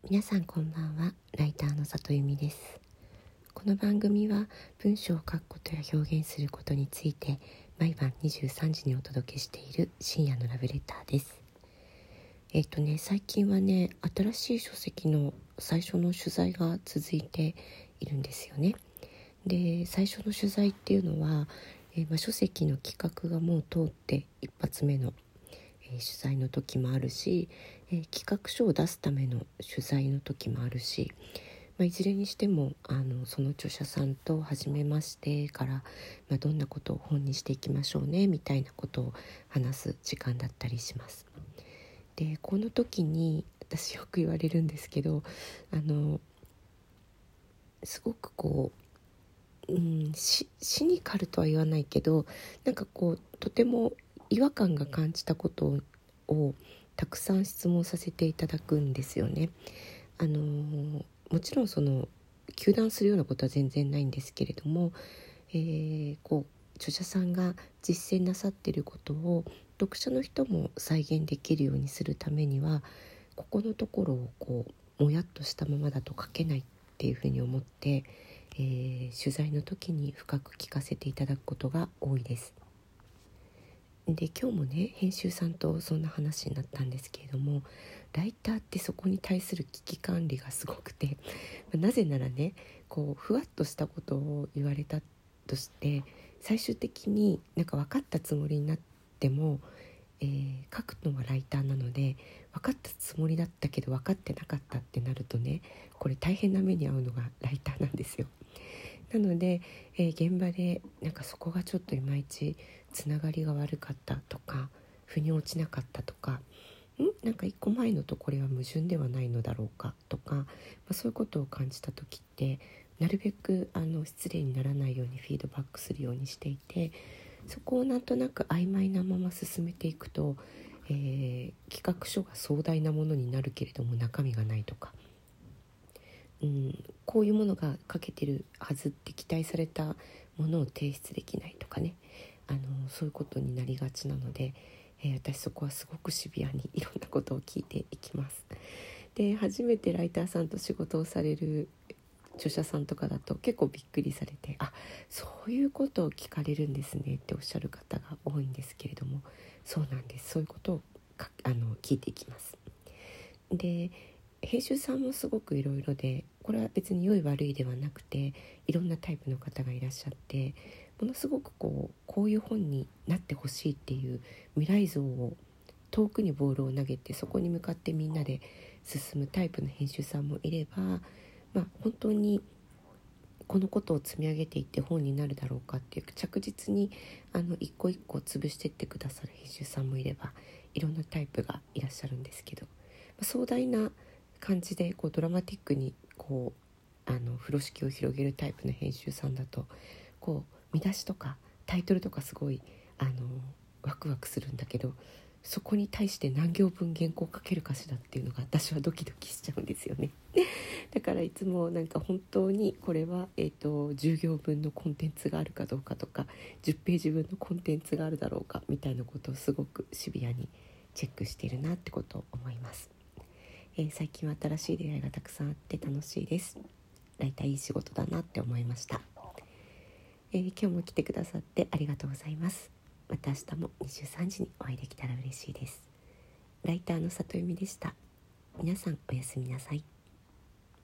皆さんこんばんは。ライターの里由美です。この番組は文章を書くことや表現することについて毎晩23時にお届けしている深夜のラブレターです。最近はね、新しい書籍の最初の取材が続いているんですよね。で、最初の取材っていうのは、書籍の企画がもう通って一発目の取材の時もあるし、企画書を出すための取材の時もあるし、いずれにしてもその著者さんと初めましてから、どんなことを本にしていきましょうねみたいなことを話す時間だったりします。で、この時に私よく言われるんですけど、すごくシニカルとは言わないけど、とても違和感が感じたことをたくさん質問させていただくんですよね。もちろん糾弾するようなことは全然ないんですけれども、著者さんが実践なさっていることを読者の人も再現できるようにするためには、ここのところをもやっとしたままだと書けないっていうふうに思って、取材の時に深く聞かせていただくことが多いです。で、今日もね、編集さんとそんな話になったんですけれども、ライターってそこに対する危機管理がすごくて、なぜならね、ふわっとしたことを言われたとして、最終的に分かったつもりになっても、書くのはライターなので、分かったつもりだったけど分かってなかったってなるとね、これ大変な目に遭うのがライターなんですよ。なので、現場でそこがちょっといまいちつながりが悪かったとか、腑に落ちなかったとか、一個前のとこれは矛盾ではないのだろうかとか、そういうことを感じた時って、なるべく失礼にならないようにフィードバックするようにしていて、そこをなんとなく曖昧なまま進めていくと、企画書が壮大なものになるけれども中身がないとか、こういうものが書けてるはずって期待されたものを提出できないとかね、そういうことになりがちなので、私そこはすごくシビアにいろんなことを聞いていきます。で、初めてライターさんと仕事をされる著者さんとかだと結構びっくりされて、そういうことを聞かれるんですねっておっしゃる方が多いんですけれども、そうなんです。そういうことを聞いていきます。で、編集さんもすごくいろいろで、これは別に良い悪いではなくて、いろんなタイプの方がいらっしゃって、ものすごくこういう本になってほしいっていう未来像を遠くにボールを投げて、そこに向かってみんなで進むタイプの編集さんもいれば、本当にこのことを積み上げていって本になるだろうかっていう着実に一個一個潰していってくださる編集さんもいれば、いろんなタイプがいらっしゃるんですけど、壮大な感じでドラマティックに風呂敷を広げるタイプの編集さんだと、見出しとかタイトルとかすごいワクワクするんだけど、そこに対して何行分原稿書けるかしらっていうのが私はドキドキしちゃうんですよね。だからいつも本当にこれは、10行分のコンテンツがあるかどうかとか、10ページ分のコンテンツがあるだろうかみたいなことをすごくシビアにチェックしているなってことを思います。最近は新しい出会いがたくさんあって楽しいです。ライターいい仕事だなって思いました。今日も来てくださってありがとうございます。また明日も23時にお会いできたら嬉しいです。ライターの里由美でした。皆さんおやすみなさい。